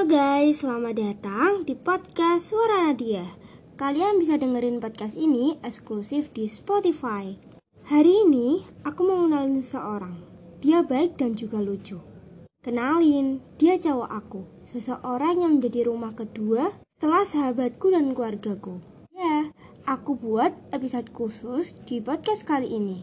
guys, selamat datang di podcast Suara Nadia. Kalian bisa dengerin podcast ini eksklusif di Spotify. Hari ini aku mau kenalin seseorang. Dia baik dan juga lucu. Kenalin, dia cowok aku. Seseorang yang menjadi rumah kedua setelah sahabatku dan keluargaku. Ya, aku buat episode khusus di podcast kali ini.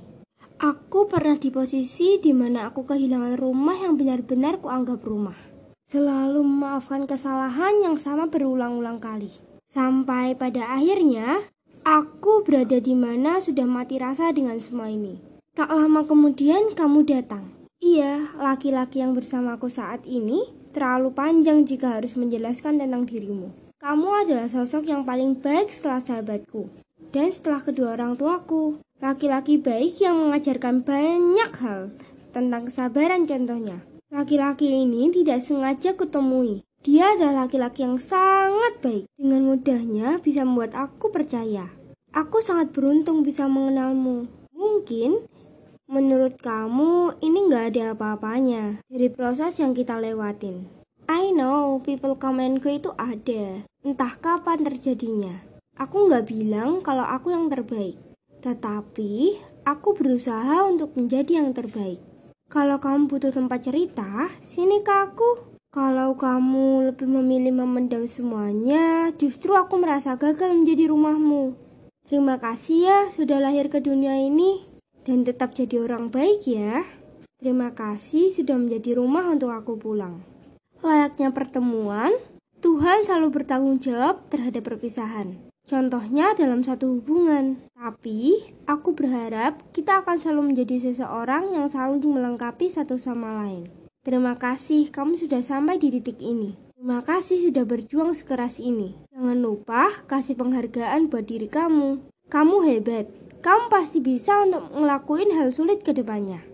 Aku pernah di posisi di mana aku kehilangan rumah yang benar-benar kuanggap rumah. Selalu memaafkan kesalahan yang sama berulang-ulang kali. Sampai pada akhirnya, aku berada di mana sudah mati rasa dengan semua ini. Tak lama kemudian kamu datang. Iya, laki-laki yang bersamaku saat ini terlalu panjang jika harus menjelaskan tentang dirimu. Kamu adalah sosok yang paling baik setelah sahabatku. Dan setelah kedua orang tuaku. Laki-laki baik yang mengajarkan banyak hal tentang kesabaran contohnya. Laki-laki ini tidak sengaja kutemui. Dia adalah laki-laki yang sangat baik. Dengan mudahnya bisa membuat aku percaya. Aku sangat beruntung bisa mengenalmu. Mungkin menurut kamu ini gak ada apa-apanya dari proses yang kita lewatin. I know people come and go itu ada. Entah kapan terjadinya. Aku gak bilang kalau aku yang terbaik. Tetapi aku berusaha untuk menjadi yang terbaik. Kalau kamu butuh tempat cerita, sini ke aku. Kalau kamu lebih memilih memendam semuanya, justru aku merasa gagal menjadi rumahmu. Terima kasih ya sudah lahir ke dunia ini. Dan tetap jadi orang baik ya. Terima kasih sudah menjadi rumah untuk aku pulang. Layaknya pertemuan, Tuhan selalu bertanggung jawab terhadap perpisahan. Contohnya dalam satu hubungan. Tapi, aku berharap kita akan selalu menjadi seseorang yang selalu melengkapi satu sama lain. Terima kasih kamu sudah sampai di titik ini. Terima kasih sudah berjuang sekeras ini. Jangan lupa kasih penghargaan buat diri kamu. Kamu hebat. Kamu pasti bisa untuk ngelakuin hal sulit ke depannya.